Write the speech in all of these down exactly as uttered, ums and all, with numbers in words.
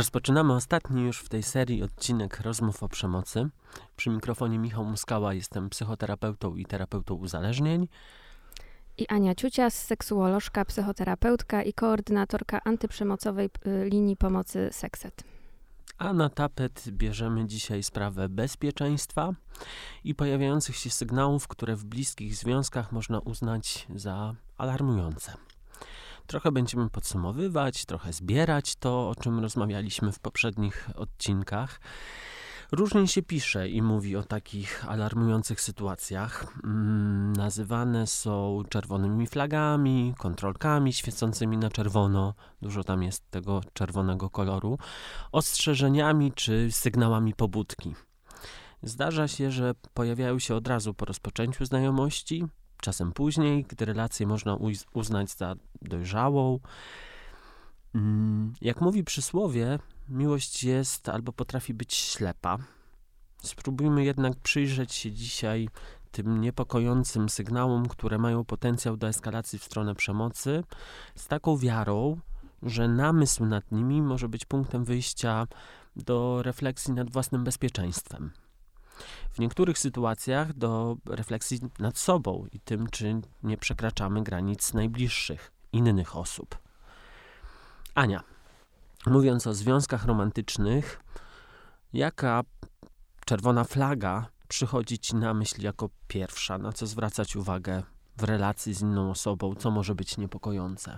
Rozpoczynamy ostatni już w tej serii odcinek rozmów o przemocy. Przy mikrofonie Michał Muskała, jestem psychoterapeutą i terapeutą uzależnień. I Ania Ciucias, seksuolożka, psychoterapeutka i koordynatorka antyprzemocowej linii pomocy Sekset. A na tapet bierzemy dzisiaj sprawę bezpieczeństwa i pojawiających się sygnałów, które w bliskich związkach można uznać za alarmujące. Trochę będziemy podsumowywać, trochę zbierać to, o czym rozmawialiśmy w poprzednich odcinkach. Różnie się pisze i mówi o takich alarmujących sytuacjach. Mm, nazywane są czerwonymi flagami, kontrolkami świecącymi na czerwono. Dużo tam jest tego czerwonego koloru. Ostrzeżeniami czy sygnałami pobudki. Zdarza się, że pojawiają się od razu po rozpoczęciu znajomości, czasem później, gdy relację można uznać za dojrzałą. Jak mówi przysłowie, miłość jest albo potrafi być ślepa. Spróbujmy jednak przyjrzeć się dzisiaj tym niepokojącym sygnałom, które mają potencjał do eskalacji w stronę przemocy, z taką wiarą, że namysł nad nimi może być punktem wyjścia do refleksji nad własnym bezpieczeństwem. W niektórych sytuacjach do refleksji nad sobą i tym, czy nie przekraczamy granic najbliższych, innych osób. Ania, mówiąc o związkach romantycznych, jaka czerwona flaga przychodzi ci na myśl jako pierwsza? Na co zwracać uwagę w relacji z inną osobą? Co może być niepokojące?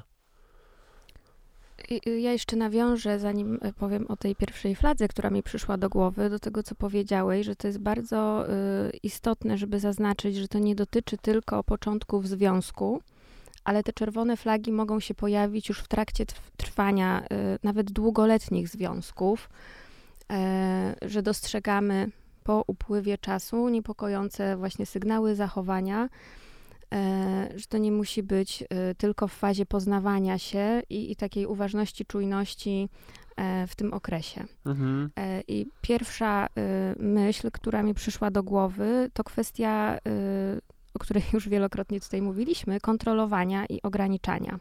Ja jeszcze nawiążę, zanim powiem o tej pierwszej fladze, która mi przyszła do głowy, do tego, co powiedziałeś, że to jest bardzo y, istotne, żeby zaznaczyć, że to nie dotyczy tylko początków związku, ale te czerwone flagi mogą się pojawić już w trakcie trwania y, nawet długoletnich związków, y, że dostrzegamy po upływie czasu niepokojące właśnie sygnały zachowania, że to nie musi być tylko w fazie poznawania się i, i takiej uważności, czujności w tym okresie. Mhm. I pierwsza myśl, która mi przyszła do głowy, to kwestia, o której już wielokrotnie tutaj mówiliśmy, kontrolowania i ograniczania.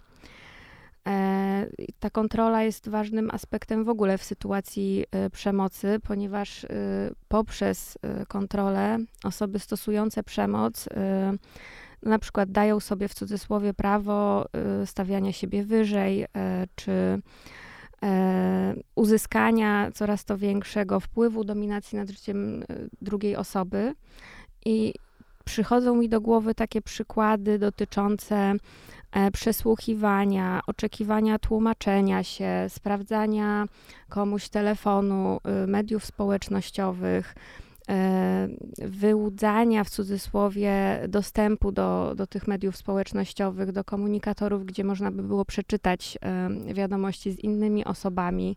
Ta kontrola jest ważnym aspektem w ogóle w sytuacji przemocy, ponieważ poprzez kontrolę osoby stosujące przemoc na przykład dają sobie w cudzysłowie prawo y, stawiania siebie wyżej, y, czy y, uzyskania coraz to większego wpływu, dominacji nad życiem y, drugiej osoby. I przychodzą mi do głowy takie przykłady dotyczące y, przesłuchiwania, oczekiwania tłumaczenia się, sprawdzania komuś telefonu, y, mediów społecznościowych, wyłudzania w cudzysłowie dostępu do, do tych mediów społecznościowych, do komunikatorów, gdzie można by było przeczytać wiadomości z innymi osobami.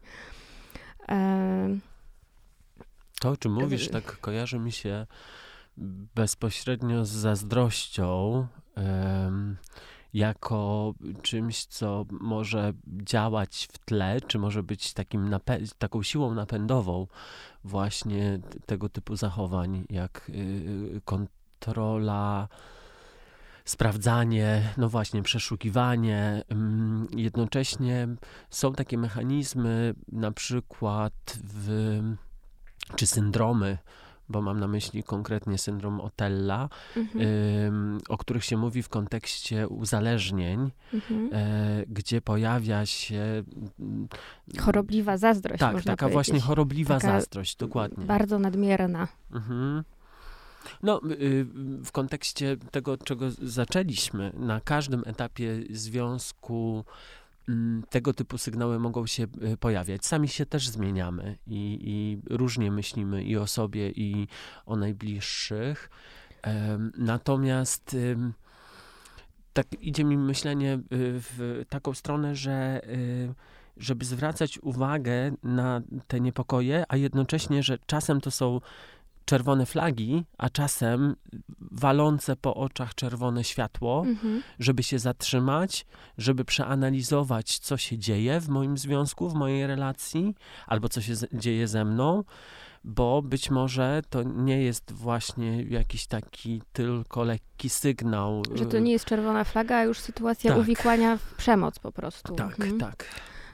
To, o czym mówisz, tak kojarzy mi się bezpośrednio z zazdrością, um, jako czymś, co może działać w tle, czy może być takim napę- taką siłą napędową właśnie t- tego typu zachowań, jak y, kontrola, sprawdzanie, no właśnie, przeszukiwanie. Ym, jednocześnie są takie mechanizmy, na przykład w, czy syndromy, bo mam na myśli konkretnie syndrom Otella, mhm. y, o których się mówi w kontekście uzależnień, mhm. y, gdzie pojawia się... Y, chorobliwa zazdrość, tak, można taka powiedzieć. właśnie chorobliwa taka zazdrość, dokładnie. Bardzo nadmierna. Mhm. No, y, w kontekście tego, czego zaczęliśmy, na każdym etapie związku tego typu sygnały mogą się pojawiać. Sami się też zmieniamy i, i różnie myślimy i o sobie, i o najbliższych. Um, natomiast um, tak idzie mi myślenie w taką stronę, że um, żeby zwracać uwagę na te niepokoje, a jednocześnie, że czasem to są czerwone flagi, a czasem walące po oczach czerwone światło, mhm. żeby się zatrzymać, żeby przeanalizować, co się dzieje w moim związku, w mojej relacji, albo co się z- dzieje ze mną, bo być może to nie jest właśnie jakiś taki tylko lekki sygnał. Że to nie jest czerwona flaga, a już sytuacja tak. uwikłania w przemoc po prostu. Tak, mhm. tak.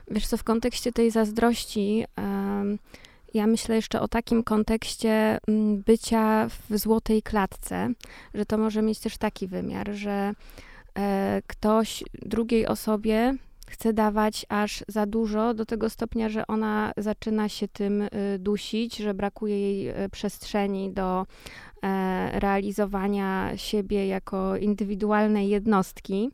Wiesz co, w kontekście tej zazdrości, um, ja myślę jeszcze o takim kontekście um, bycia w złotej klatce, że to może mieć też taki wymiar, że e, ktoś drugiej osobie chce dawać aż za dużo, do tego stopnia, że ona zaczyna się tym y, dusić, że brakuje jej y, przestrzeni do e, realizowania siebie jako indywidualnej jednostki.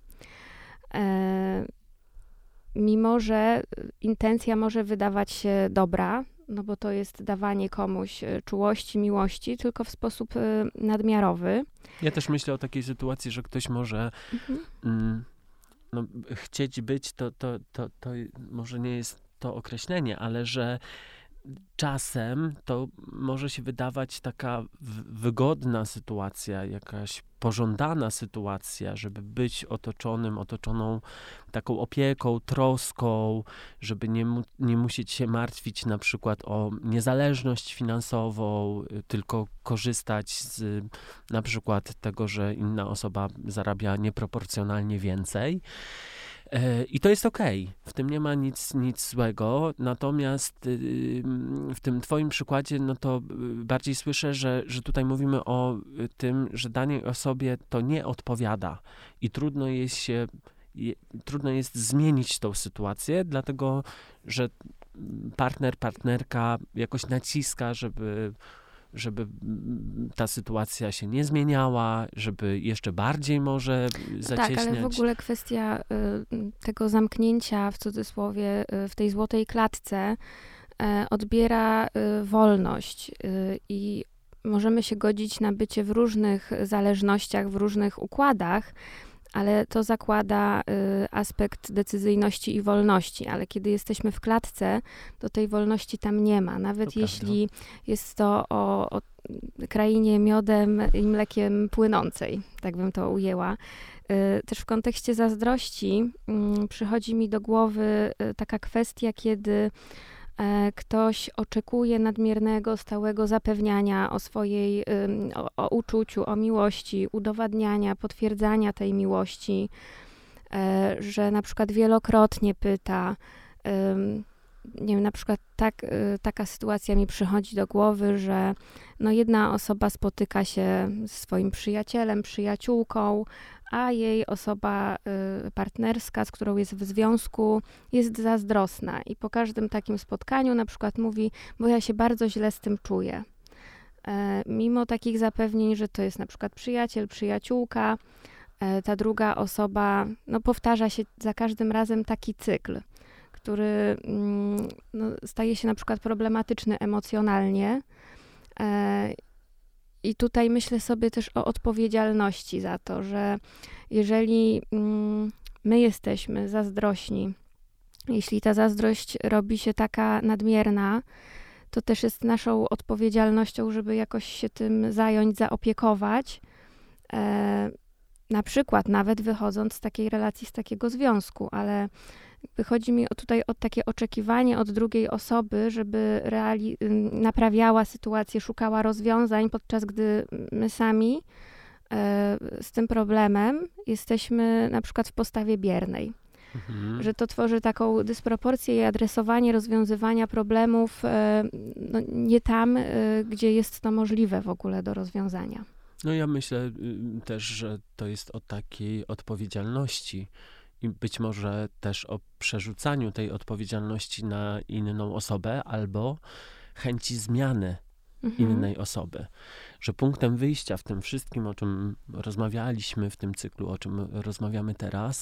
E, mimo, że intencja może wydawać się dobra, no bo to jest dawanie komuś czułości, miłości, tylko w sposób y, nadmiarowy. Ja też myślę o takiej sytuacji, że ktoś może mhm. mm, no, chcieć być, to, to, to, to może nie jest to określenie, ale że czasem to może się wydawać taka w- wygodna sytuacja, jakaś pożądana sytuacja, żeby być otoczonym, otoczoną taką opieką, troską, żeby nie, mu- nie musieć się martwić na przykład o niezależność finansową, tylko korzystać z na przykład tego, że inna osoba zarabia nieproporcjonalnie więcej. I to jest okej, w tym nie ma nic, nic złego, natomiast w tym twoim przykładzie, no to bardziej słyszę, że, że tutaj mówimy o tym, że danej osobie to nie odpowiada i trudno jest się, je, trudno jest zmienić tą sytuację, dlatego, że partner, partnerka jakoś naciska, żeby żeby ta sytuacja się nie zmieniała, żeby jeszcze bardziej może zacieśniać. Tak, ale w ogóle kwestia y, tego zamknięcia, w cudzysłowie, y, w tej złotej klatce y, odbiera y, wolność y, i możemy się godzić na bycie w różnych zależnościach, w różnych układach, ale to zakłada y, aspekt decyzyjności i wolności, ale kiedy jesteśmy w klatce, to tej wolności tam nie ma. Nawet to jeśli prawda. jest to o, o krainie miodem i mlekiem płynącej, tak bym to ujęła. Y, też w kontekście zazdrości y, przychodzi mi do głowy y, taka kwestia, kiedy ktoś oczekuje nadmiernego, stałego zapewniania o swojej, o, o uczuciu, o miłości, udowadniania, potwierdzania tej miłości, że na przykład wielokrotnie pyta, nie wiem, na przykład tak, taka sytuacja mi przychodzi do głowy, że no jedna osoba spotyka się ze swoim przyjacielem, przyjaciółką, a jej osoba y, partnerska, z którą jest w związku, jest zazdrosna. I po każdym takim spotkaniu na przykład mówi, bo ja się bardzo źle z tym czuję. E, mimo takich zapewnień, że to jest na przykład przyjaciel, przyjaciółka, e, ta druga osoba, no powtarza się za każdym razem taki cykl, który mm, no, staje się na przykład problematyczny emocjonalnie. E, I tutaj myślę sobie też o odpowiedzialności za to, że jeżeli mm, my jesteśmy zazdrośni, jeśli ta zazdrość robi się taka nadmierna, to też jest naszą odpowiedzialnością, żeby jakoś się tym zająć, zaopiekować. E, na przykład nawet wychodząc z takiej relacji, z takiego związku, ale wychodzi mi tutaj o takie oczekiwanie od drugiej osoby, żeby reali- naprawiała sytuację, szukała rozwiązań, podczas gdy my sami e, z tym problemem jesteśmy na przykład w postawie biernej. Mhm. Że to tworzy taką dysproporcję i adresowanie rozwiązywania problemów e, no, nie tam, e, gdzie jest to możliwe w ogóle do rozwiązania. No ja myślę y, też, że to jest o takiej odpowiedzialności, i być może też o przerzucaniu tej odpowiedzialności na inną osobę albo chęci zmiany mhm. innej osoby. Że punktem wyjścia w tym wszystkim, o czym rozmawialiśmy w tym cyklu, o czym rozmawiamy teraz,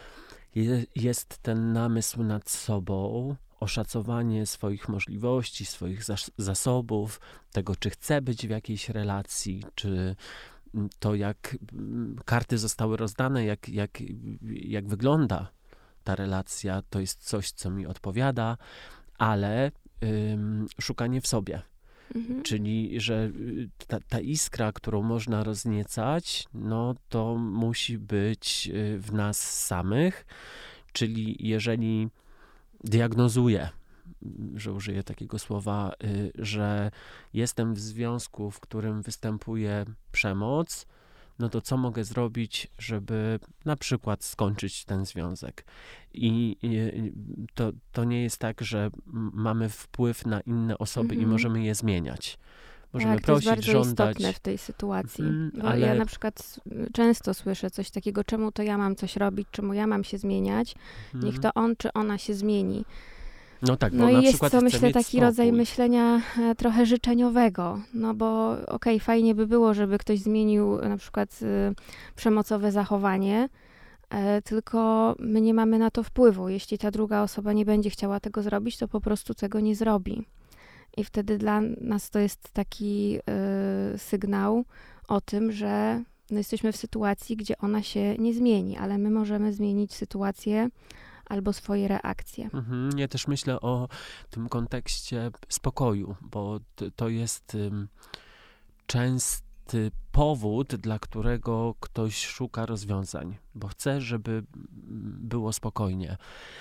je, jest ten namysł nad sobą, oszacowanie swoich możliwości, swoich zas- zasobów, tego, czy chcę być w jakiejś relacji, czy to, jak karty zostały rozdane, jak, jak, jak wygląda ta relacja, to jest coś, co mi odpowiada, ale ym, szukanie w sobie. Mhm. Czyli, że ta, ta iskra, którą można rozniecać, no to musi być w nas samych, czyli jeżeli diagnozuję, że użyję takiego słowa, że jestem w związku, w którym występuje przemoc, no to co mogę zrobić, żeby na przykład skończyć ten związek. I, i to, to nie jest tak, że mamy wpływ na inne osoby mm-hmm. i możemy je zmieniać. Możemy tak, prosić, to jest bardzo żądać. istotne w tej sytuacji. Mm, bo ale... Ja na przykład często słyszę coś takiego, czemu to ja mam coś robić, czemu ja mam się zmieniać, mm. niech to on czy ona się zmieni. No tak, bo no na i jest przykład to, chcę myślę, mieć taki spokój. rodzaj myślenia e, trochę życzeniowego, no bo okej, okay, fajnie by było, żeby ktoś zmienił na przykład y, przemocowe zachowanie, e, tylko my nie mamy na to wpływu. Jeśli ta druga osoba nie będzie chciała tego zrobić, to po prostu tego nie zrobi. I wtedy dla nas to jest taki y, sygnał o tym, że no, jesteśmy w sytuacji, gdzie ona się nie zmieni, ale my możemy zmienić sytuację albo swoje reakcje. Mhm. Ja też myślę o tym kontekście spokoju, bo to, to jest um, częsty powód, dla którego ktoś szuka rozwiązań, bo chce, żeby było spokojnie.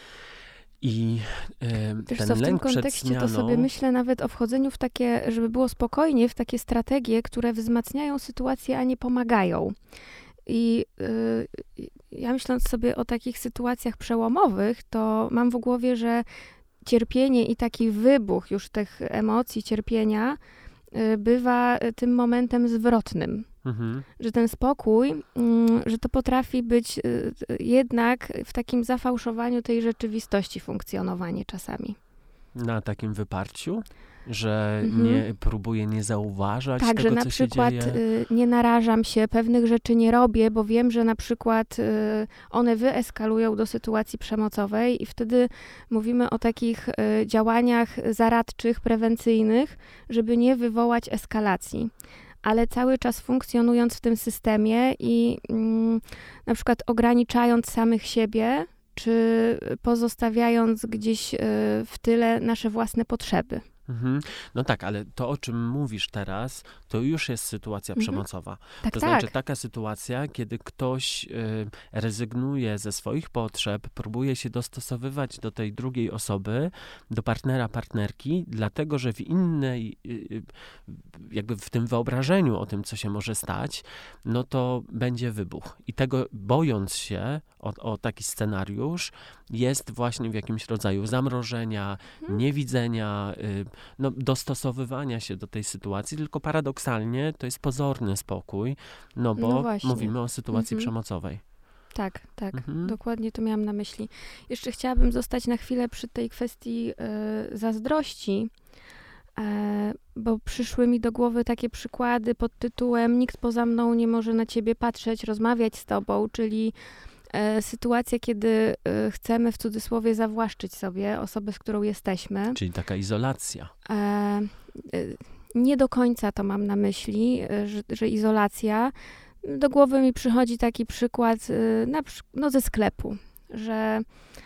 I e, Wiesz ten co, w lęk tym kontekście przed zmianą... to sobie myślę nawet o wchodzeniu w takie, żeby było spokojnie, w takie strategie, które wzmacniają sytuację, a nie pomagają. I y, ja myśląc sobie o takich sytuacjach przełomowych, to mam w głowie, że cierpienie i taki wybuch już tych emocji, cierpienia y, bywa tym momentem zwrotnym. Mhm. Że ten spokój, y, że to potrafi być y, jednak w takim zafałszowaniu tej rzeczywistości funkcjonowanie czasami. Na takim wyparciu? Że mhm. nie próbuję nie zauważać tak, tego, że na co przykład się dzieje. y, nie narażam się, pewnych rzeczy nie robię, bo wiem, że na przykład y, one wyeskalują do sytuacji przemocowej i wtedy mówimy o takich y, działaniach zaradczych, prewencyjnych, żeby nie wywołać eskalacji. Ale cały czas funkcjonując w tym systemie i mm, na przykład ograniczając samych siebie, czy pozostawiając gdzieś y, w tyle nasze własne potrzeby. Mhm. No tak, ale to, o czym mówisz teraz, to już jest sytuacja mhm. przemocowa. Tak, to tak. znaczy taka sytuacja, kiedy ktoś y, rezygnuje ze swoich potrzeb, próbuje się dostosowywać do tej drugiej osoby, do partnera, partnerki, dlatego, że w innej, y, jakby w tym wyobrażeniu o tym, co się może stać, no to będzie wybuch. I tego bojąc się o, o taki scenariusz, jest właśnie w jakimś rodzaju zamrożenia, mhm. niewidzenia, y, no, dostosowywania się do tej sytuacji, tylko paradoksalnie to jest pozorny spokój, no bo no mówimy o sytuacji mhm. przemocowej. Tak, tak, mhm. dokładnie to miałam na myśli. Jeszcze chciałabym zostać na chwilę przy tej kwestii y, zazdrości, y, bo przyszły mi do głowy takie przykłady pod tytułem nikt poza mną nie może na ciebie patrzeć, rozmawiać z tobą, czyli e, sytuacja, kiedy e, chcemy w cudzysłowie zawłaszczyć sobie osobę, z którą jesteśmy. Czyli taka izolacja. E, e, nie do końca to mam na myśli, e, że, że izolacja. Do głowy mi przychodzi taki przykład e, na, no, ze sklepu, że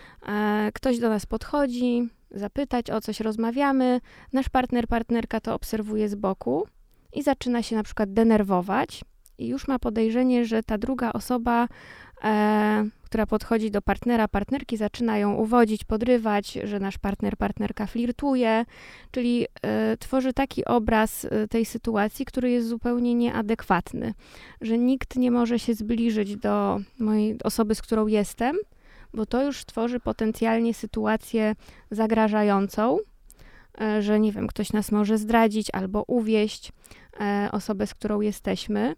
e, ktoś do nas podchodzi, zapytać o coś, rozmawiamy, nasz partner, partnerka to obserwuje z boku i zaczyna się na przykład denerwować i już ma podejrzenie, że ta druga osoba, e, która podchodzi do partnera, partnerki, zaczyna ją uwodzić, podrywać, że nasz partner, partnerka flirtuje, czyli e, tworzy taki obraz e, tej sytuacji, który jest zupełnie nieadekwatny, że nikt nie może się zbliżyć do mojej osoby, z którą jestem, bo to już tworzy potencjalnie sytuację zagrażającą, e, że nie wiem, ktoś nas może zdradzić albo uwieść e, osobę, z którą jesteśmy.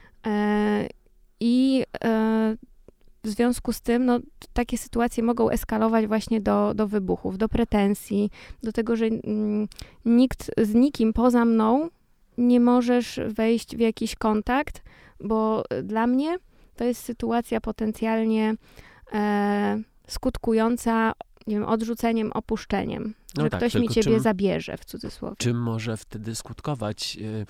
E, I e, w związku z tym no, takie sytuacje mogą eskalować właśnie do, do wybuchów, do pretensji, do tego, że mm, nikt z nikim poza mną nie możesz wejść w jakiś kontakt, bo dla mnie to jest sytuacja potencjalnie e, skutkująca, nie wiem, odrzuceniem, opuszczeniem, no że tak, ktoś mi ciebie czym, zabierze, w cudzysłowie. Czym może wtedy skutkować? Y-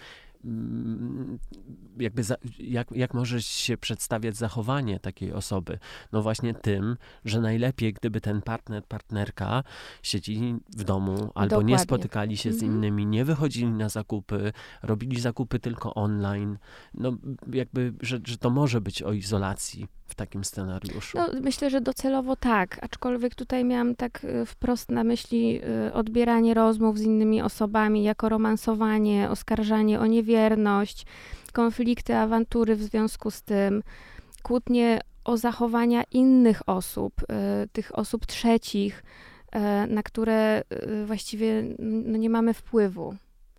jakby za, jak, jak może się przedstawiać zachowanie takiej osoby? No właśnie tym, że najlepiej, gdyby ten partner, partnerka siedzieli w domu albo Dokładnie. nie spotykali się mhm. z innymi, nie wychodzili na zakupy, robili zakupy tylko online. No jakby, że, że to może być o izolacji w takim scenariuszu. No, myślę, że docelowo tak, aczkolwiek tutaj miałam tak wprost na myśli odbieranie rozmów z innymi osobami jako romansowanie, oskarżanie o niewierność, niewierność, konflikty, awantury w związku z tym, kłótnie o zachowania innych osób, y, tych osób trzecich, y, na które y, właściwie no, nie mamy wpływu,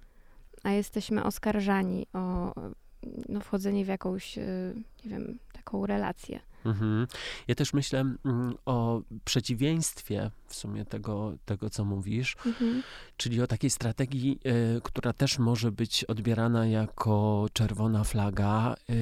a jesteśmy oskarżani o no, wchodzenie w jakąś, y, nie wiem, taką relację. Mhm. Ja też myślę mm, o przeciwieństwie w sumie tego, tego co mówisz, Mhm. czyli o takiej strategii, y, która też może być odbierana jako czerwona flaga, y,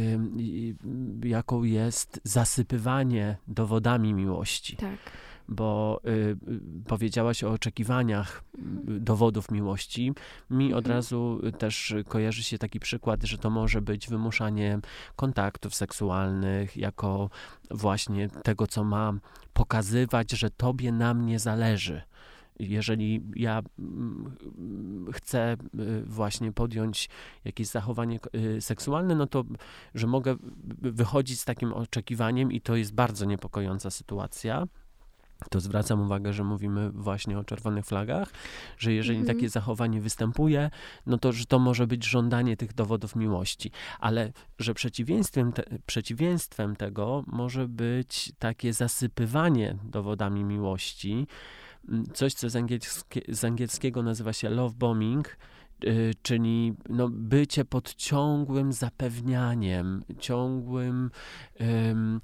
y, jaką jest zasypywanie dowodami miłości. Tak. Bo y, y, powiedziałaś o oczekiwaniach y, dowodów miłości. Mi Mhm. od razu y, też kojarzy się taki przykład, że to może być wymuszanie kontaktów seksualnych jako właśnie tego, co ma pokazywać, że tobie na mnie zależy. Jeżeli ja mm, chcę y, właśnie podjąć jakieś zachowanie y, seksualne, no to, że mogę wychodzić z takim oczekiwaniem i to jest bardzo niepokojąca sytuacja. To zwracam uwagę, że mówimy właśnie o czerwonych flagach, że jeżeli Mhm. takie zachowanie występuje, no to, że to może być żądanie tych dowodów miłości, ale że przeciwieństwem, te, przeciwieństwem tego może być takie zasypywanie dowodami miłości, coś, co z, angielskie, z angielskiego nazywa się love bombing, y, czyli no, bycie pod ciągłym zapewnianiem, ciągłym, ym,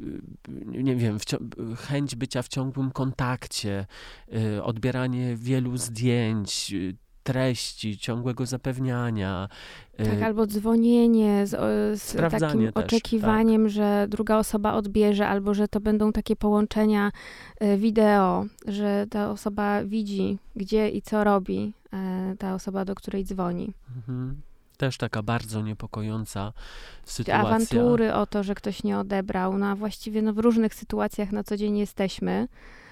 nie wiem, wci- chęć bycia w ciągłym kontakcie, y, odbieranie wielu zdjęć, y, treści, ciągłego zapewniania. y, Tak, albo dzwonienie z, o, z Sprawdzanie takim też, oczekiwaniem, że druga osoba odbierze, albo że to będą takie połączenia e, wideo, że ta osoba widzi, gdzie i co robi e, ta osoba, do której dzwoni. Mhm. Też taka bardzo niepokojąca Czy sytuacja. awantury o to, że ktoś nie odebrał, no a właściwie no, w różnych sytuacjach na co dzień jesteśmy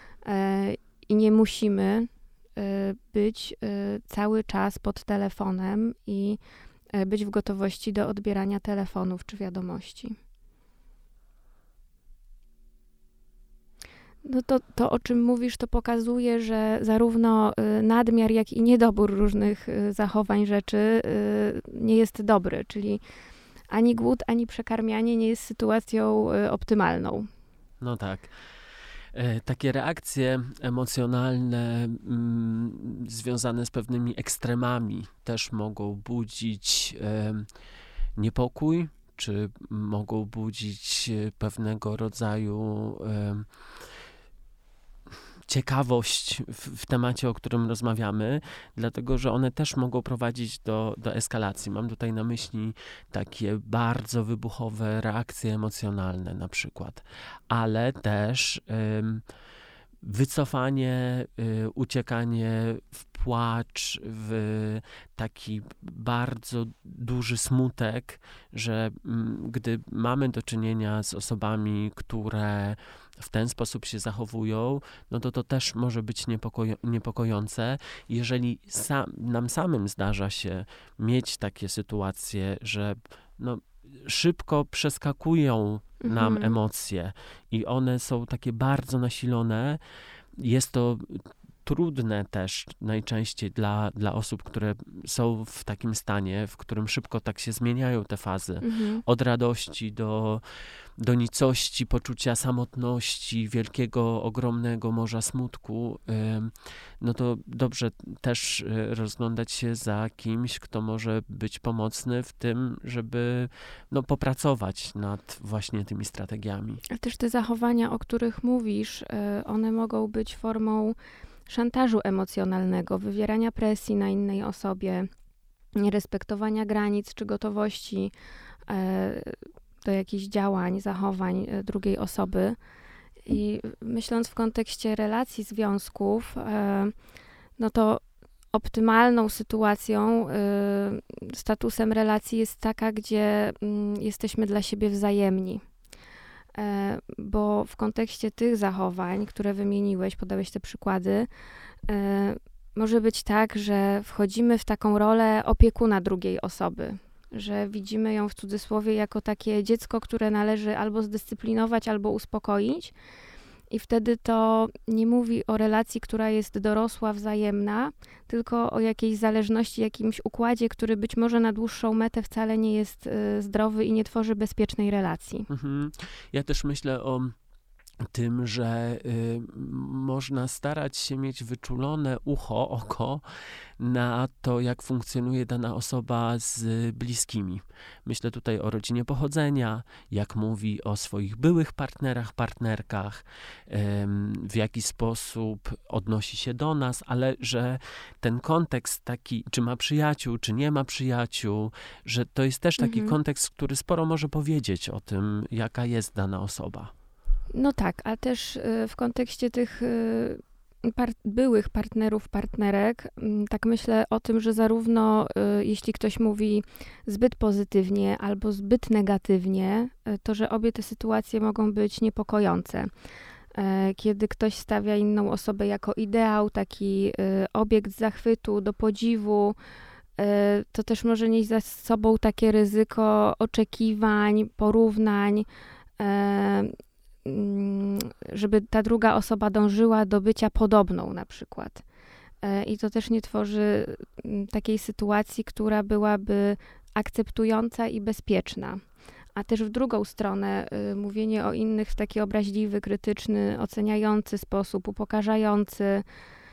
e, i nie musimy e, być e, cały czas pod telefonem i e, być w gotowości do odbierania telefonów czy wiadomości. No to, to, o czym mówisz, to pokazuje, że zarówno y, nadmiar, jak i niedobór różnych y, zachowań, rzeczy y, nie jest dobry, czyli ani głód, ani przekarmianie nie jest sytuacją y, optymalną. No tak. E, takie reakcje emocjonalne mm, związane z pewnymi ekstremami też mogą budzić e, niepokój, czy mogą budzić e, pewnego rodzaju e, ciekawość w, w temacie, o którym rozmawiamy, dlatego że one też mogą prowadzić do, do eskalacji. Mam tutaj na myśli takie bardzo wybuchowe reakcje emocjonalne na przykład, ale też ym, wycofanie, y, uciekanie w płacz, w taki bardzo duży smutek, że mm, gdy mamy do czynienia z osobami, które w ten sposób się zachowują, no to to też może być niepokojo- niepokojące. Jeżeli sam, nam samym zdarza się mieć takie sytuacje, że no, szybko przeskakują nam Mhm. emocje i one są takie bardzo nasilone, jest to trudne też najczęściej dla, dla osób, które są w takim stanie, w którym szybko tak się zmieniają te fazy. Mhm. Od radości do, do nicości, poczucia samotności, wielkiego, ogromnego morza smutku, ym, no to dobrze też y, rozglądać się za kimś, kto może być pomocny w tym, żeby no, popracować nad właśnie tymi strategiami. Ale też te zachowania, o których mówisz, y, one mogą być formą szantażu emocjonalnego, wywierania presji na innej osobie, nierespektowania granic czy gotowości e, do jakichś działań, zachowań e, drugiej osoby. I myśląc w kontekście relacji, związków, e, no to optymalną sytuacją, e, statusem relacji jest taka, gdzie mm, jesteśmy dla siebie wzajemni. E, bo w kontekście tych zachowań, które wymieniłeś, podałeś te przykłady, e, może być tak, że wchodzimy w taką rolę opiekuna drugiej osoby, że widzimy ją w cudzysłowie jako takie dziecko, które należy albo zdyscyplinować, albo uspokoić I wtedy to nie mówi o relacji, która jest dorosła, wzajemna, tylko o jakiejś zależności, jakimś układzie, który być może na dłuższą metę wcale nie jest y, zdrowy i nie tworzy bezpiecznej relacji. Mhm. Ja też myślę o tym, że y, można starać się mieć wyczulone ucho, oko na to, jak funkcjonuje dana osoba z bliskimi. Myślę tutaj o rodzinie pochodzenia, jak mówi o swoich byłych partnerach, partnerkach, ym, w jaki sposób odnosi się do nas, ale że ten kontekst taki, czy ma przyjaciół, czy nie ma przyjaciół, że to jest też taki Mhm. kontekst, który sporo może powiedzieć o tym, jaka jest dana osoba. No tak, a też y, w kontekście tych y, par- byłych partnerów, partnerek, mm, tak myślę o tym, że zarówno y, jeśli ktoś mówi zbyt pozytywnie albo zbyt negatywnie, y, to że obie te sytuacje mogą być niepokojące. E, Kiedy ktoś stawia inną osobę jako ideał, taki y, obiekt zachwytu, do podziwu, y, to też może nieść za sobą takie ryzyko oczekiwań, porównań, e, mm, żeby ta druga osoba dążyła do bycia podobną na przykład. E, I to też nie tworzy mm, takiej sytuacji, która byłaby akceptująca i bezpieczna. A też w drugą stronę y, mówienie o innych w taki obraźliwy, krytyczny, oceniający sposób, upokarzający,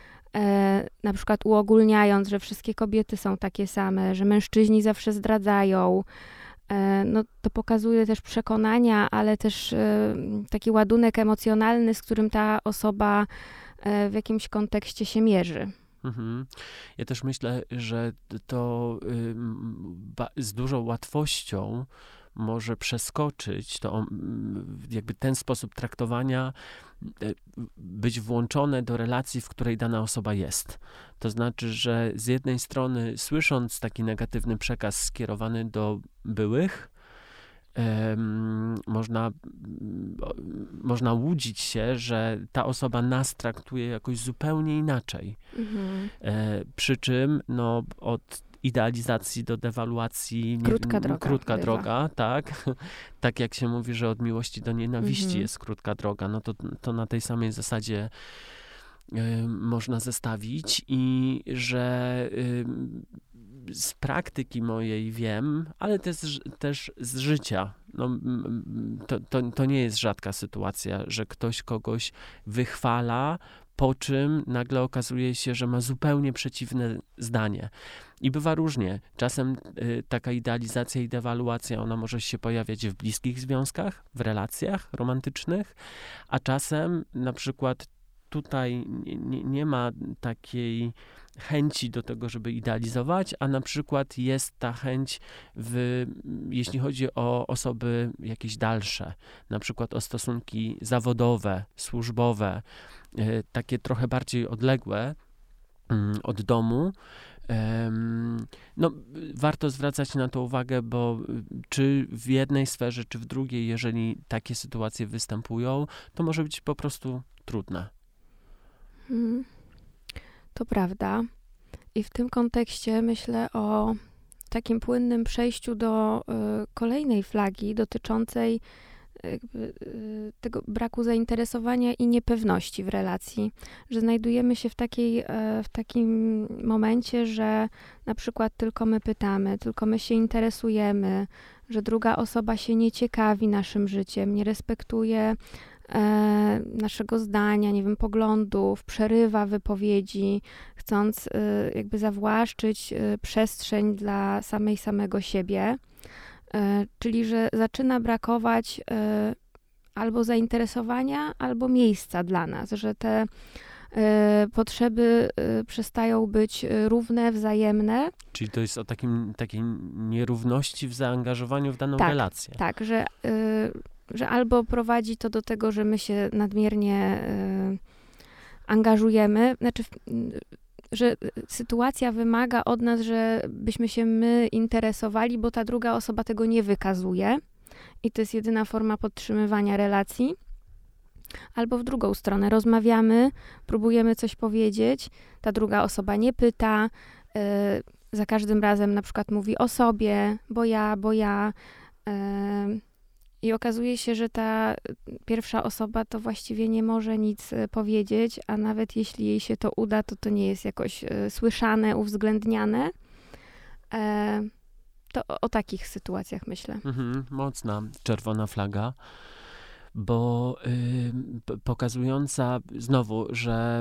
e, na przykład uogólniając, że wszystkie kobiety są takie same, że mężczyźni zawsze zdradzają, e, no to pokazuje też przekonania, ale też e, taki ładunek emocjonalny, z którym ta osoba e, w jakimś kontekście się mierzy. Mhm. Ja też myślę, że to ym, ba- z dużą łatwością może przeskoczyć to ym, jakby ten sposób traktowania, y, być włączone do relacji, w której dana osoba jest. To znaczy, że z jednej strony słysząc taki negatywny przekaz skierowany do byłych, em, można, mm, o- można łudzić się, że ta osoba nas traktuje jakoś zupełnie inaczej. Mhm. E, przy czym no, od idealizacji do dewaluacji nie- Krótka m, droga krótka bywa. droga, tak? Tak jak się mówi, że od miłości do nienawiści Mhm. jest krótka droga, no to, to na tej samej zasadzie y, można zestawić i że y, z praktyki mojej wiem, ale też, też z życia. No, m, m, to, to, to nie jest rzadka sytuacja, że ktoś kogoś wychwala, po czym nagle okazuje się, że ma zupełnie przeciwne zdanie. I bywa różnie. Czasem y, taka idealizacja i dewaluacja, ona może się pojawiać w bliskich związkach, w relacjach romantycznych, a czasem na przykład tutaj nie, nie, nie ma takiej chęci do tego, żeby idealizować, a na przykład jest ta chęć, w, jeśli chodzi o osoby jakieś dalsze, na przykład o stosunki zawodowe, służbowe, y, takie trochę bardziej odległe y, od domu. Em, No, warto zwracać na to uwagę, bo y, czy w jednej sferze, czy w drugiej, jeżeli takie sytuacje występują, to może być po prostu trudne. Mhm. To prawda. I w tym kontekście myślę o takim płynnym przejściu do y, kolejnej flagi dotyczącej jakby, y, tego braku zainteresowania i niepewności w relacji, że znajdujemy się w takiej, e, w takim momencie, że na przykład tylko my pytamy, tylko my się interesujemy, że druga osoba się nie ciekawi naszym życiem, nie respektuje e, naszego zdania, nie wiem, poglądów, przerywa wypowiedzi, chcąc y, jakby zawłaszczyć y, przestrzeń dla samej samego siebie. E, Czyli, że zaczyna brakować e, albo zainteresowania, albo miejsca dla nas, że te e, potrzeby e, przestają być e, równe, wzajemne. Czyli to jest o takim, takiej nierówności w zaangażowaniu w daną Tak, relację. Tak, że, e, że albo prowadzi to do tego, że my się nadmiernie e, angażujemy, znaczy w, że sytuacja wymaga od nas, żebyśmy się my interesowali, bo ta druga osoba tego nie wykazuje i to jest jedyna forma podtrzymywania relacji. Albo w drugą stronę, rozmawiamy, próbujemy coś powiedzieć, ta druga osoba nie pyta, yy, za każdym razem na przykład mówi o sobie, bo ja, bo ja. Yy, I okazuje się, że ta pierwsza osoba to właściwie nie może nic powiedzieć, a nawet jeśli jej się to uda, to to nie jest jakoś słyszane, uwzględniane. E, to o, o takich sytuacjach myślę. Mhm, mocna czerwona flaga, bo y, pokazująca znowu, że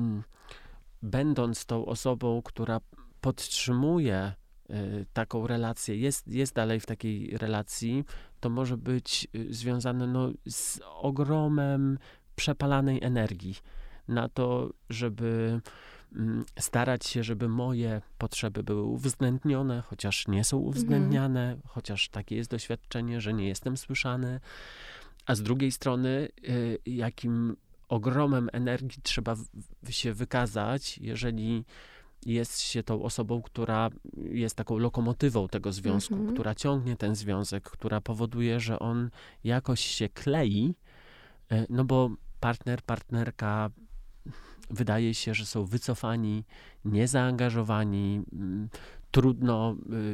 y, będąc tą osobą, która podtrzymuje y, taką relację, jest, jest dalej w takiej relacji, to może być y, związane no, z ogromem przepalanej energii na to, żeby starać się, żeby moje potrzeby były uwzględnione, chociaż nie są uwzględniane, mhm. chociaż takie jest doświadczenie, że nie jestem słyszany. A z drugiej strony, y, jakim ogromem energii trzeba w, się wykazać, jeżeli jest się tą osobą, która jest taką lokomotywą tego związku, mhm. która ciągnie ten związek, która powoduje, że on jakoś się klei, y, no bo partner, partnerka wydaje się, że są wycofani, niezaangażowani, trudno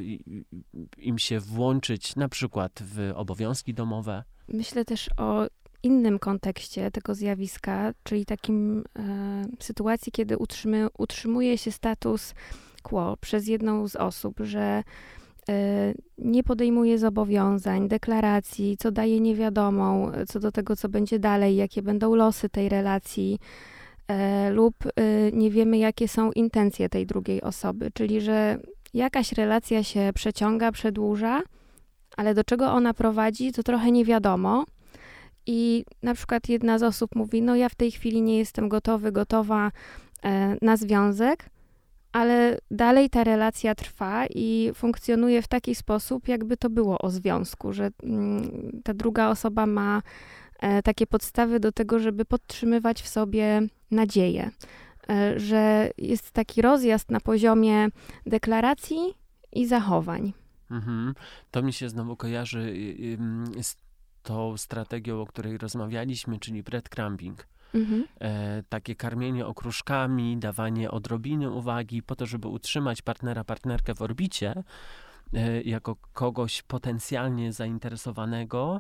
im się włączyć na przykład w obowiązki domowe. Myślę też o innym kontekście tego zjawiska, czyli takim e, sytuacji, kiedy utrzymy, utrzymuje się status quo przez jedną z osób, że e, nie podejmuje zobowiązań, deklaracji, co daje niewiadomą co do tego, co będzie dalej, jakie będą losy tej relacji, E, lub e, nie wiemy, jakie są intencje tej drugiej osoby, czyli że jakaś relacja się przeciąga, przedłuża, ale do czego ona prowadzi, to trochę nie wiadomo. I na przykład jedna z osób mówi, no ja w tej chwili nie jestem gotowy, gotowa e, na związek, ale dalej ta relacja trwa i funkcjonuje w taki sposób, jakby to było o związku, że mm, ta druga osoba ma takie podstawy do tego, żeby podtrzymywać w sobie nadzieję, że jest taki rozjazd na poziomie deklaracji i zachowań. Mhm. To mi się znowu kojarzy z tą strategią, o której rozmawialiśmy, czyli breadcrumbing. Mhm. E, takie karmienie okruszkami, dawanie odrobiny uwagi po to, żeby utrzymać partnera, partnerkę w orbicie, e, jako kogoś potencjalnie zainteresowanego,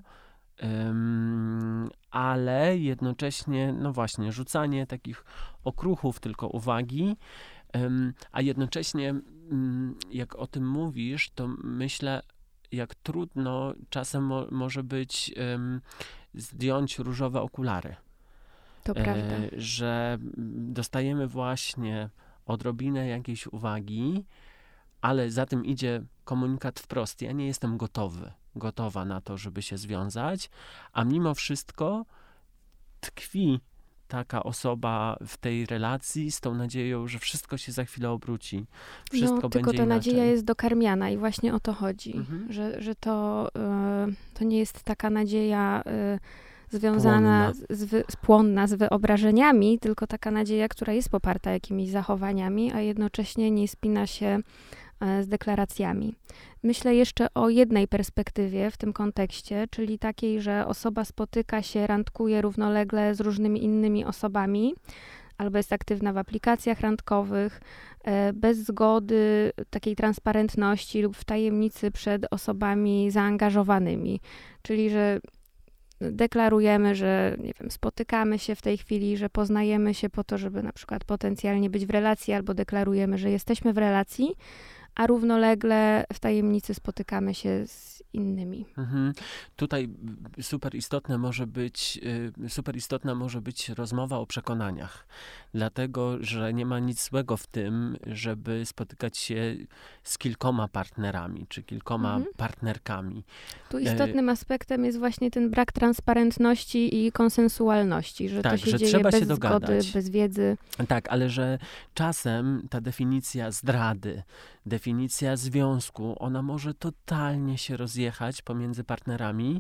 Um, ale jednocześnie, no właśnie, rzucanie takich okruchów, tylko uwagi, um, a jednocześnie, um, jak o tym mówisz, to myślę, jak trudno czasem mo- może być um, zdjąć różowe okulary. To e, prawda. Że dostajemy właśnie odrobinę jakiejś uwagi, ale za tym idzie komunikat wprost. Ja nie jestem gotowy, gotowa na to, żeby się związać, a mimo wszystko tkwi taka osoba w tej relacji z tą nadzieją, że wszystko się za chwilę obróci. Wszystko no, będzie tylko ta inaczej. nadzieja jest dokarmiana i właśnie o to chodzi, Mhm. że, że to, y, to nie jest taka nadzieja y, związana, płonna. Z, wy, płonna z wyobrażeniami, tylko taka nadzieja, która jest poparta jakimiś zachowaniami, a jednocześnie nie spina się z deklaracjami. Myślę jeszcze o jednej perspektywie w tym kontekście, czyli takiej, że osoba spotyka się, randkuje równolegle z różnymi innymi osobami, albo jest aktywna w aplikacjach randkowych, bez zgody, takiej transparentności lub w tajemnicy przed osobami zaangażowanymi. Czyli, że deklarujemy, że nie wiem, spotykamy się w tej chwili, że poznajemy się po to, żeby na przykład potencjalnie być w relacji, albo deklarujemy, że jesteśmy w relacji, a równolegle w tajemnicy spotykamy się z innymi. Mhm. Tutaj super istotne może być, super istotna może być rozmowa o przekonaniach, dlatego, że nie ma nic złego w tym, żeby spotykać się z kilkoma partnerami, czy kilkoma mhm. partnerkami. Tu istotnym aspektem jest właśnie ten brak transparentności i konsensualności, że tak, to się że dzieje trzeba bez się zgody, dogadać. bez wiedzy. Tak, ale że czasem ta definicja zdrady, definicja związku, ona może totalnie się rozjechać pomiędzy partnerami.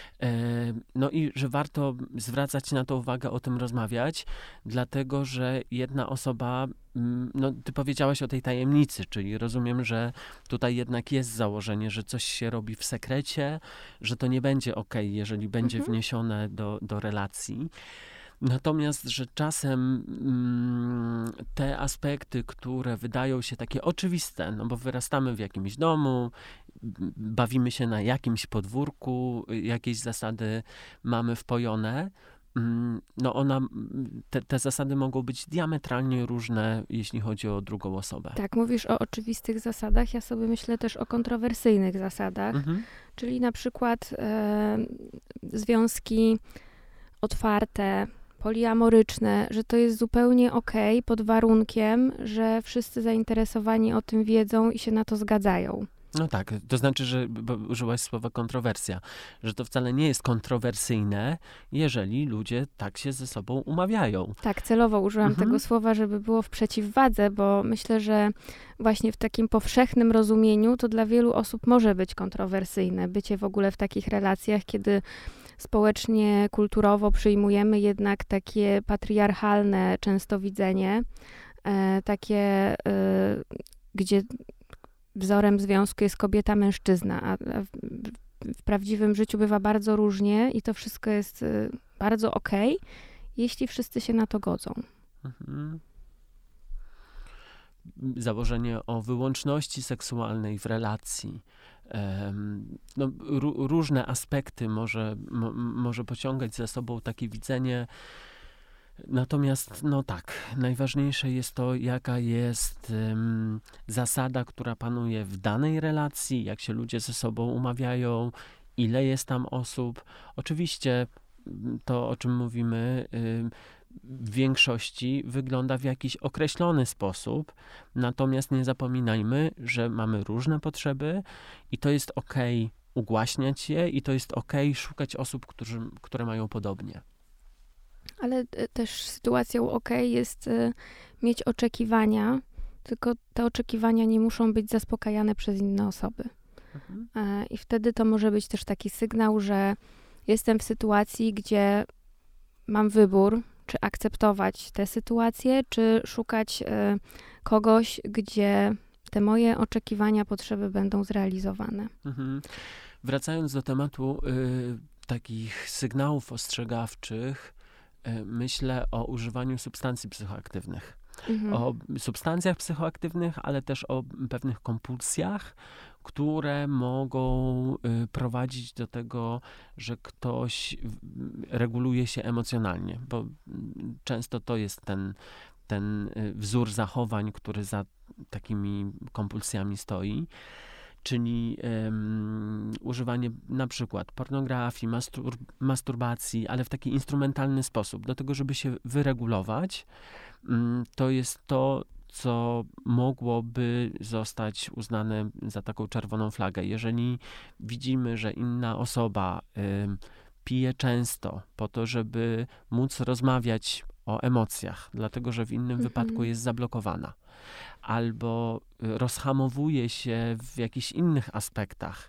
No i że warto zwracać na to uwagę, o tym rozmawiać, dlatego, że jedna osoba, no ty powiedziałaś o tej tajemnicy, czyli rozumiem, że tutaj jednak jest założenie, że coś się robi w sekrecie, że to nie będzie okej, jeżeli będzie mhm. wniesione do, do relacji. Natomiast, że czasem mm, te aspekty, które wydają się takie oczywiste, no bo wyrastamy w jakimś domu, bawimy się na jakimś podwórku, jakieś zasady mamy wpojone, no ona, te, te zasady mogą być diametralnie różne, jeśli chodzi o drugą osobę. Tak, mówisz o oczywistych zasadach, ja sobie myślę też o kontrowersyjnych zasadach, mhm. czyli na przykład e, związki otwarte, poliamoryczne, że to jest zupełnie okej pod warunkiem, że wszyscy zainteresowani o tym wiedzą i się na to zgadzają. No tak, to znaczy, że bo użyłaś słowa kontrowersja, że to wcale nie jest kontrowersyjne, jeżeli ludzie tak się ze sobą umawiają. Tak, celowo użyłam mhm. tego słowa, żeby było w przeciwwadze, bo myślę, że właśnie w takim powszechnym rozumieniu to dla wielu osób może być kontrowersyjne. Bycie w ogóle w takich relacjach, kiedy społecznie, kulturowo przyjmujemy jednak takie patriarchalne często widzenie, e, takie, e, gdzie wzorem związku jest kobieta-mężczyzna, a, a w, w prawdziwym życiu bywa bardzo różnie i to wszystko jest y, bardzo okej, jeśli wszyscy się na to godzą. Mhm. Założenie o wyłączności seksualnej w relacji. Um, no, r- różne aspekty może, mo, może pociągać za sobą takie widzenie. Natomiast, no tak, najważniejsze jest to, jaka jest um, zasada, która panuje w danej relacji, jak się ludzie ze sobą umawiają, ile jest tam osób. Oczywiście to, o czym mówimy, um, w większości wygląda w jakiś określony sposób, natomiast nie zapominajmy, że mamy różne potrzeby i to jest okej ugłaśniać je i to jest okej szukać osób, którzy, które mają podobnie. Ale też sytuacją okej jest y, mieć oczekiwania, tylko te oczekiwania nie muszą być zaspokajane przez inne osoby. Mhm. E, I wtedy to może być też taki sygnał, że jestem w sytuacji, gdzie mam wybór, czy akceptować tę sytuację, czy szukać y, kogoś, gdzie te moje oczekiwania, potrzeby będą zrealizowane. Mhm. Wracając do tematu y, takich sygnałów ostrzegawczych, y, myślę o używaniu substancji psychoaktywnych. Mhm. O substancjach psychoaktywnych, ale też o pewnych kompulsjach, które mogą y, prowadzić do tego, że ktoś reguluje się emocjonalnie, bo y, często to jest ten, ten y, wzór zachowań, który za takimi kompulsjami stoi, czyli um, używanie na przykład pornografii, mastur- masturbacji, ale w taki instrumentalny sposób, do tego, żeby się wyregulować. Um, to jest to, co mogłoby zostać uznane za taką czerwoną flagę. Jeżeli widzimy, że inna osoba um, pije często po to, żeby móc rozmawiać o emocjach, dlatego że w innym mhm. wypadku jest zablokowana, albo rozhamowuje się w jakichś innych aspektach,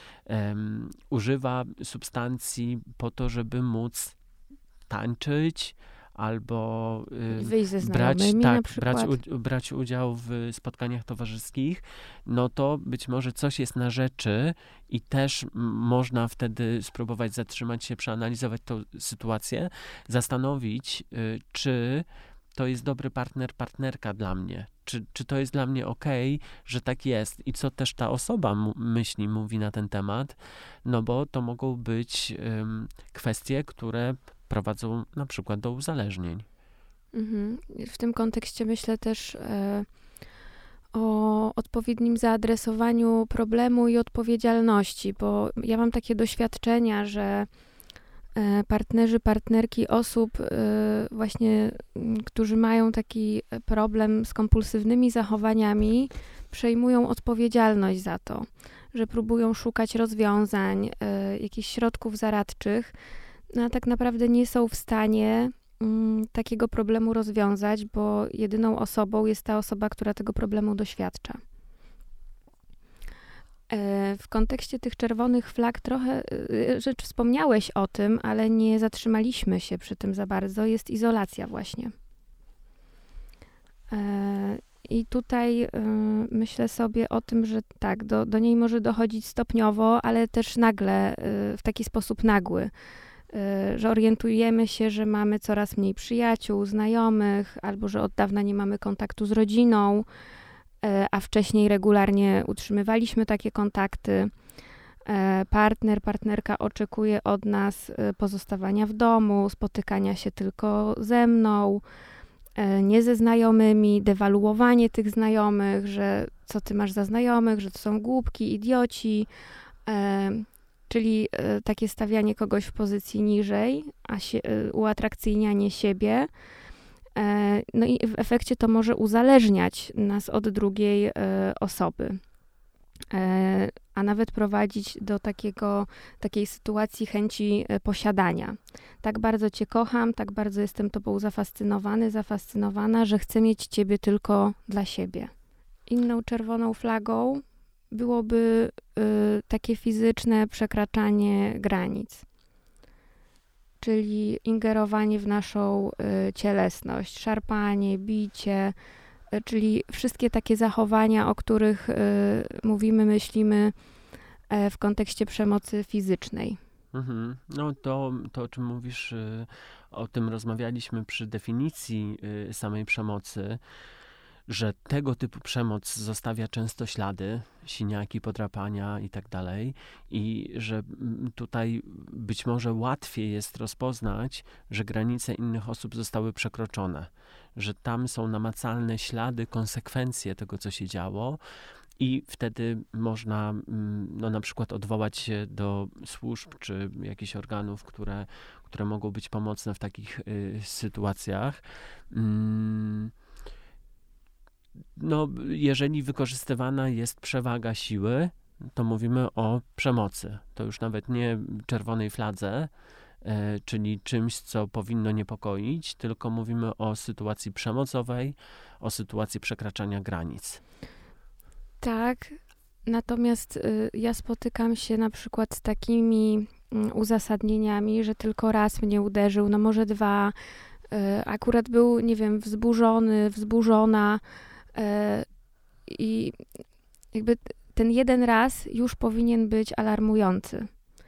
um, używa substancji po to, żeby móc tańczyć, albo y, brać, tak, brać, u, brać udział w spotkaniach towarzyskich, no to być może coś jest na rzeczy i też m- można wtedy spróbować zatrzymać się, przeanalizować tę sytuację, zastanowić, y, czy to jest dobry partner, partnerka dla mnie, czy, czy to jest dla mnie okej, że tak jest i co też ta osoba m- myśli, mówi na ten temat, no bo to mogą być um, kwestie, które prowadzą na przykład do uzależnień. Mhm. W tym kontekście myślę też e, o odpowiednim zaadresowaniu problemu i odpowiedzialności, bo ja mam takie doświadczenia, że e, partnerzy, partnerki osób e, właśnie, m, którzy mają taki problem z kompulsywnymi zachowaniami, przejmują odpowiedzialność za to, że próbują szukać rozwiązań, e, jakichś środków zaradczych, no, a tak naprawdę nie są w stanie mm, takiego problemu rozwiązać, bo jedyną osobą jest ta osoba, która tego problemu doświadcza. E, w kontekście tych czerwonych flag trochę, e, rzecz wspomniałeś o tym, ale nie zatrzymaliśmy się przy tym za bardzo, jest izolacja właśnie. E, I tutaj y, myślę sobie o tym, że tak, do, do niej może dochodzić stopniowo, ale też nagle, y, w taki sposób nagły. Że orientujemy się, że mamy coraz mniej przyjaciół, znajomych, albo że od dawna nie mamy kontaktu z rodziną a wcześniej regularnie utrzymywaliśmy takie kontakty. Partner, partnerka oczekuje od nas pozostawania w domu, spotykania się tylko ze mną, nie ze znajomymi, dewaluowanie tych znajomych, że co ty masz za znajomych, że to są głupki, idioci, czyli takie stawianie kogoś w pozycji niżej, a się, uatrakcyjnianie siebie. No i w efekcie to może uzależniać nas od drugiej osoby, a nawet prowadzić do takiego, takiej sytuacji chęci posiadania. Tak bardzo cię kocham, tak bardzo jestem tobą zafascynowany, zafascynowana, że chcę mieć ciebie tylko dla siebie. Inną czerwoną flagą byłoby y, takie fizyczne przekraczanie granic, czyli ingerowanie w naszą y, cielesność, szarpanie, bicie, y, czyli wszystkie takie zachowania, o których y, mówimy, myślimy y, w kontekście przemocy fizycznej. Mhm. No to, to, o czym mówisz, y, o tym rozmawialiśmy przy definicji y, samej przemocy, że tego typu przemoc zostawia często ślady, siniaki, podrapania i tak dalej, i że tutaj być może łatwiej jest rozpoznać, że granice innych osób zostały przekroczone, że tam są namacalne ślady, konsekwencje tego, co się działo, i wtedy można no, na przykład odwołać się do służb czy jakichś organów, które, które mogą być pomocne w takich y, sytuacjach. Mm. No, jeżeli wykorzystywana jest przewaga siły, to mówimy o przemocy. To już nawet nie czerwonej fladze, e, czyli czymś, co powinno niepokoić, tylko mówimy o sytuacji przemocowej, o sytuacji przekraczania granic. Tak, natomiast y, ja spotykam się na przykład z takimi y, uzasadnieniami, że tylko raz mnie uderzył, no może dwa, y, akurat był, nie wiem, wzburzony, wzburzona, i jakby ten jeden raz już powinien być alarmujący.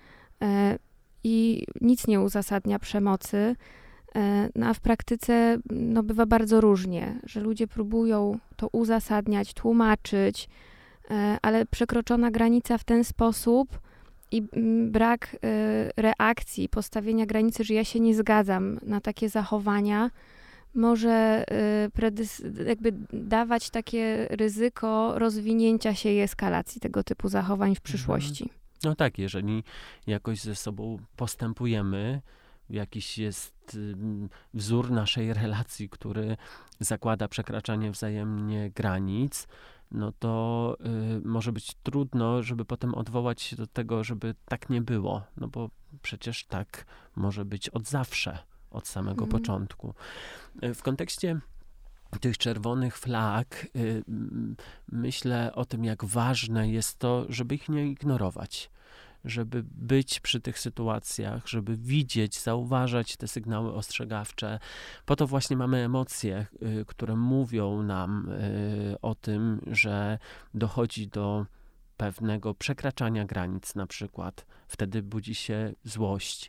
I nic nie uzasadnia przemocy, no a w praktyce no, bywa bardzo różnie, że ludzie próbują to uzasadniać, tłumaczyć, ale przekroczona granica w ten sposób i brak reakcji, postawienia granicy, że ja się nie zgadzam na takie zachowania, może y, predys- jakby dawać takie ryzyko rozwinięcia się i eskalacji tego typu zachowań w przyszłości. No tak, jeżeli jakoś ze sobą postępujemy, jakiś jest y, wzór naszej relacji, który zakłada przekraczanie wzajemnie granic, no to y, może być trudno, żeby potem odwołać się do tego, żeby tak nie było, no bo przecież tak może być od zawsze. Od samego mhm. początku. W kontekście tych czerwonych flag y, myślę o tym, jak ważne jest to, żeby ich nie ignorować, żeby być przy tych sytuacjach, żeby widzieć, zauważać te sygnały ostrzegawcze. Po to właśnie mamy emocje, y, które mówią nam y, o tym, że dochodzi do pewnego przekraczania granic na przykład. Wtedy budzi się złość,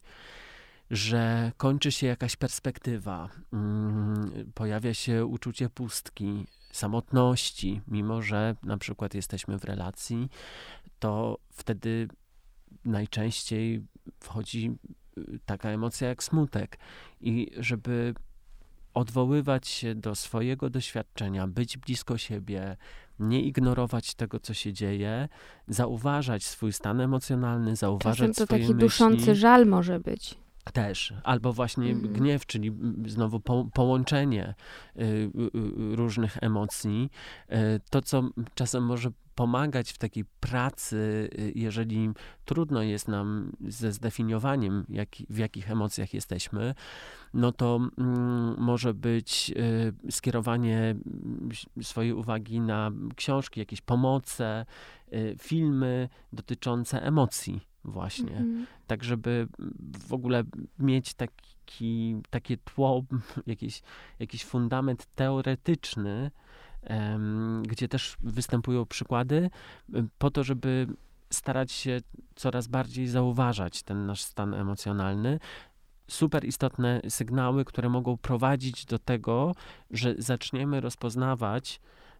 że kończy się jakaś perspektywa, mm, pojawia się uczucie pustki, samotności, mimo że na przykład jesteśmy w relacji, to wtedy najczęściej wchodzi taka emocja jak smutek. I żeby odwoływać się do swojego doświadczenia, być blisko siebie, nie ignorować tego, co się dzieje, zauważać swój stan emocjonalny, zauważać Czasem to swoje taki myśli. Duszący żal może być. Też, albo właśnie mhm. gniew, czyli znowu po, połączenie y, y, różnych emocji. Y, to, co czasem może pomagać w takiej pracy, y, jeżeli trudno jest nam ze zdefiniowaniem, jak, w jakich emocjach jesteśmy, no to y, może być y, skierowanie swojej uwagi na książki, jakieś pomoce, y, filmy dotyczące emocji. Właśnie, mm. tak żeby w ogóle mieć taki, takie tło, jakiś, jakiś fundament teoretyczny, um, gdzie też występują przykłady, po to, żeby starać się coraz bardziej zauważać ten nasz stan emocjonalny. Super istotne sygnały, które mogą prowadzić do tego, że zaczniemy rozpoznawać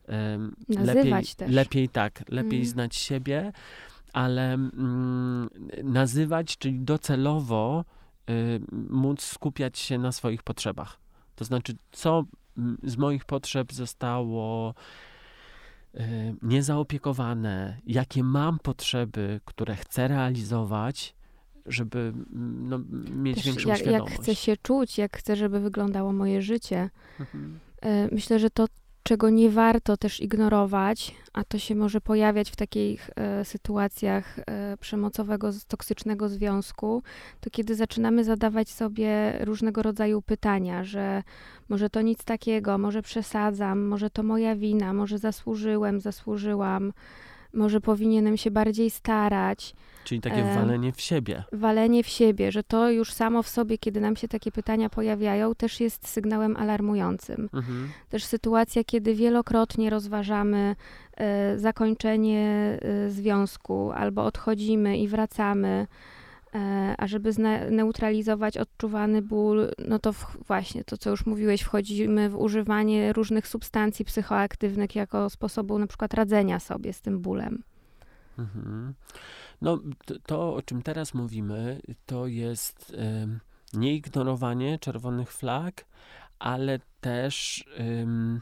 Nazywać lepiej, też. lepiej tak, lepiej Mm. znać siebie, ale mm, nazywać, czyli docelowo y, móc skupiać się na swoich potrzebach. To znaczy, co mm, z moich potrzeb zostało y, niezaopiekowane, jakie mam potrzeby, które chcę realizować, żeby mm, no, mieć Też większą jak, świadomość. jak chcę się czuć, jak chcę, żeby wyglądało moje życie. Mhm. E, Myślę, że to, czego nie warto też ignorować, a to się może pojawiać w takich e, sytuacjach e, przemocowego, z- toksycznego związku, to kiedy zaczynamy zadawać sobie różnego rodzaju pytania, że może to nic takiego, może przesadzam, może to moja wina, może zasłużyłem, zasłużyłam, może powinienem się bardziej starać. Czyli takie Em, walenie w siebie. Walenie w siebie, że to już samo w sobie, kiedy nam się takie pytania pojawiają, też jest sygnałem alarmującym. Mhm. Też sytuacja, kiedy wielokrotnie rozważamy e, zakończenie e, związku albo odchodzimy i wracamy, e, a żeby zne- neutralizować odczuwany ból, no to w, właśnie to, co już mówiłeś, wchodzimy w używanie różnych substancji psychoaktywnych jako sposobu na przykład radzenia sobie z tym bólem. Mhm. No, to, to, o czym teraz mówimy, to jest em, nie ignorowanie czerwonych flag, ale też em,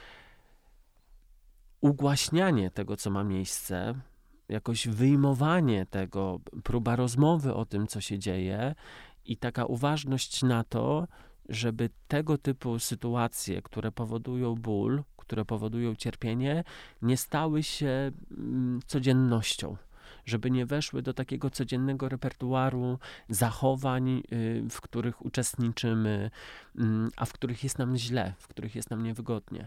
ugłaśnianie tego, co ma miejsce, jakoś wyjmowanie tego, próba rozmowy o tym, co się dzieje i taka uważność na to, żeby tego typu sytuacje, które powodują ból, które powodują cierpienie, nie stały się mm, codziennością. Żeby nie weszły do takiego codziennego repertuaru zachowań, y, w których uczestniczymy, mm, a w których jest nam źle, w których jest nam niewygodnie.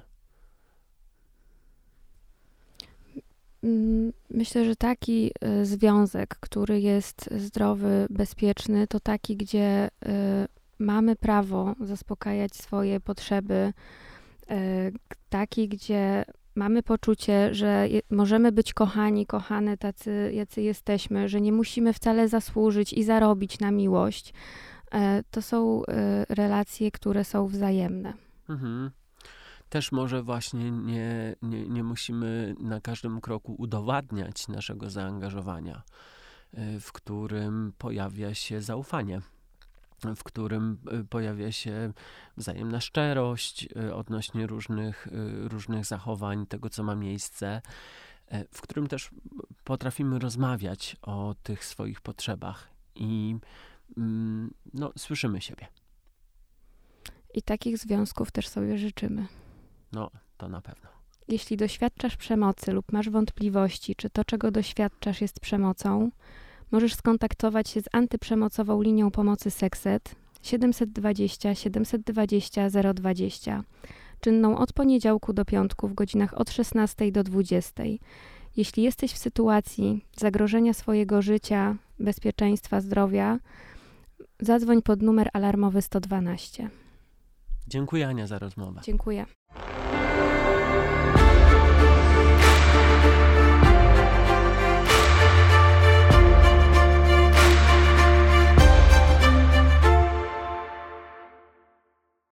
Mm, Myślę, że taki y, związek, który jest zdrowy, bezpieczny, to taki, gdzie y, mamy prawo zaspokajać swoje potrzeby, y, taki, gdzie mamy poczucie, że je, możemy być kochani, kochane tacy, jacy jesteśmy, że nie musimy wcale zasłużyć i zarobić na miłość. Y, to są y, relacje, które są wzajemne. Mhm. Też może właśnie nie, nie, nie musimy na każdym kroku udowadniać naszego zaangażowania, y, w którym pojawia się zaufanie, w którym y, pojawia się wzajemna szczerość y, odnośnie różnych, y, różnych zachowań, tego, co ma miejsce, y, w którym też potrafimy rozmawiać o tych swoich potrzebach i mm, no, słyszymy siebie. I takich związków też sobie życzymy. No, to na pewno. Jeśli doświadczasz przemocy lub masz wątpliwości, czy to, czego doświadczasz, jest przemocą, możesz skontaktować się z antyprzemocową linią pomocy Sekset siedemset dwadzieścia siedemset dwadzieścia zero dwadzieścia, czynną od poniedziałku do piątku w godzinach od szesnastej do dwudziestej. Jeśli jesteś w sytuacji zagrożenia swojego życia, bezpieczeństwa, zdrowia, zadzwoń pod numer alarmowy sto dwanaście. Dziękuję, Ania, za rozmowę. Dziękuję.